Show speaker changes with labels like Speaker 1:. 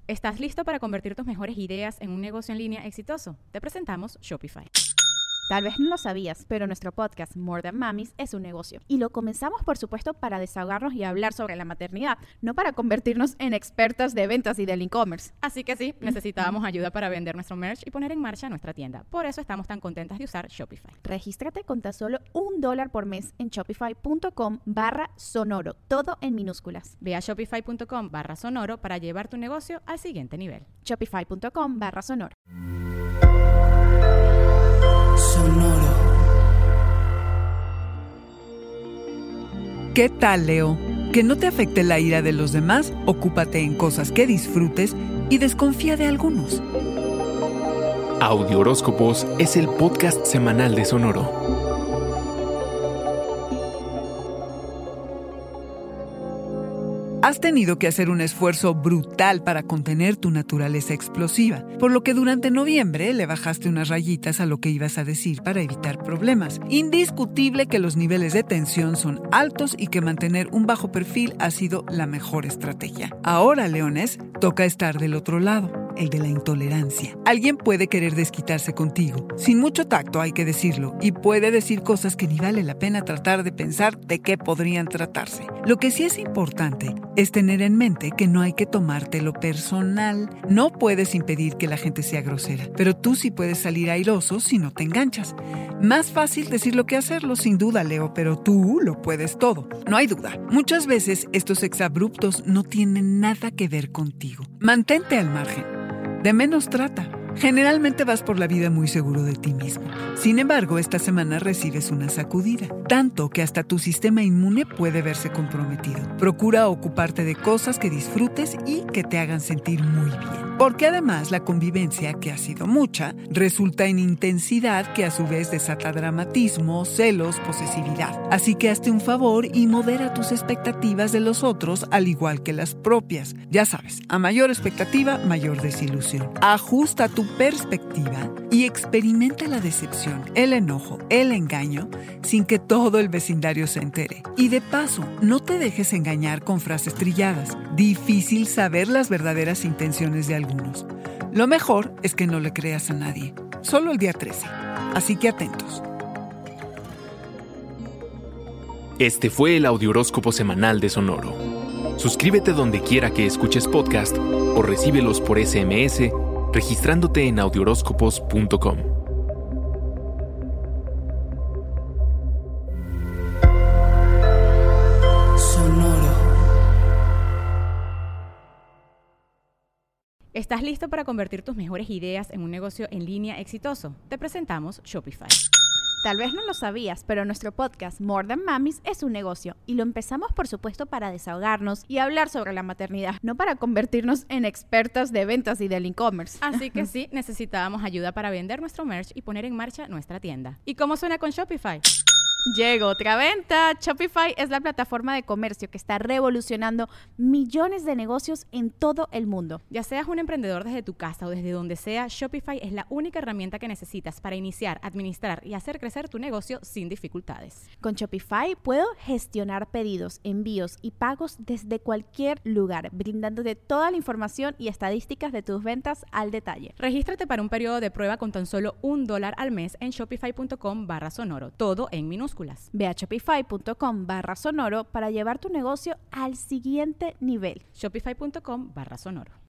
Speaker 1: ¿Estás listo para convertir tus mejores ideas en un negocio en línea exitoso? Te presentamos Shopify.
Speaker 2: Tal vez no lo sabías, pero nuestro podcast More Than Mamis es un negocio. Y lo comenzamos, por supuesto, para desahogarnos y hablar sobre la maternidad, no para convertirnos en expertas de ventas y del e-commerce.
Speaker 1: Así que sí, necesitábamos ayuda para vender nuestro merch y poner en marcha nuestra tienda. Por eso estamos tan contentas de usar Shopify.
Speaker 2: Regístrate con tan solo $1 por mes en shopify.com/sonoro, todo en minúsculas.
Speaker 1: Ve a shopify.com/sonoro para llevar tu negocio al siguiente nivel.
Speaker 2: Shopify.com/sonoro.
Speaker 3: Sonoro.
Speaker 4: ¿Qué tal, Leo? Que no te afecte la ira de los demás, ocúpate en cosas que disfrutes y desconfía de algunos.
Speaker 5: Audio Horóscopos es el podcast semanal de Sonoro.
Speaker 4: Has tenido que hacer un esfuerzo brutal para contener tu naturaleza explosiva, por lo que durante noviembre le bajaste unas rayitas a lo que ibas a decir para evitar problemas. Indiscutible que los niveles de tensión son altos y que mantener un bajo perfil ha sido la mejor estrategia. Ahora, leones, toca estar del otro lado, el de la intolerancia. Alguien puede querer desquitarse contigo, sin mucho tacto hay que decirlo, y puede decir cosas que ni vale la pena tratar de pensar de qué podrían tratarse. Lo que sí es importante es tener en mente que no hay que tomártelo personal. No puedes impedir que la gente sea grosera, pero tú sí puedes salir airoso si no te enganchas. Más fácil decirlo que hacerlo, sin duda, Leo, pero tú lo puedes todo. No hay duda. Muchas veces estos exabruptos no tienen nada que ver contigo. Mantente al margen. De menos trata. Generalmente vas por la vida muy seguro de ti mismo. Sin embargo, esta semana recibes una sacudida, tanto que hasta tu sistema inmune puede verse comprometido. Procura ocuparte de cosas que disfrutes y que te hagan sentir muy bien. Porque además la convivencia, que ha sido mucha, resulta en intensidad que a su vez desata dramatismo, celos, posesividad. Así que hazte un favor y modera tus expectativas de los otros al igual que las propias. Ya sabes, a mayor expectativa, mayor desilusión. Ajusta tu perspectiva y experimenta la decepción, el enojo, el engaño, sin que todo el vecindario se entere. Y de paso, no te dejes engañar con frases trilladas. Difícil saber las verdaderas intenciones de algunos. Lo mejor es que no le creas a nadie. Solo el día 13. Así que atentos.
Speaker 5: Este fue el Audio Horóscopo semanal de Sonoro. Suscríbete donde quiera que escuches podcast o recíbelos por SMS registrándote en audiohoróscopos.com.
Speaker 3: Sonoro.
Speaker 1: ¿Estás listo para convertir tus mejores ideas en un negocio en línea exitoso? Te presentamos Shopify.
Speaker 2: Tal vez no lo sabías, pero nuestro podcast More Than Mamis es un negocio. Y lo empezamos, por supuesto, para desahogarnos y hablar sobre la maternidad, no para convertirnos en expertas de ventas y del e-commerce.
Speaker 1: Así que sí, necesitábamos ayuda para vender nuestro merch y poner en marcha nuestra tienda. ¿Y cómo suena con Shopify?
Speaker 2: Llegó otra venta. Shopify es la plataforma de comercio que está revolucionando millones de negocios en todo el mundo.
Speaker 1: Ya seas un emprendedor desde tu casa o desde donde sea, Shopify es la única herramienta que necesitas para iniciar, administrar y hacer crecer tu negocio sin dificultades.
Speaker 2: Con Shopify puedo gestionar pedidos, envíos y pagos desde cualquier lugar, brindándote toda la información y estadísticas de tus ventas al detalle.
Speaker 1: Regístrate para un periodo de prueba con tan solo $1 al mes en shopify.com/sonoro, todo en minúsculas.
Speaker 2: Ve a shopify.com/sonoro para llevar tu negocio al siguiente nivel.
Speaker 1: Shopify.com/sonoro.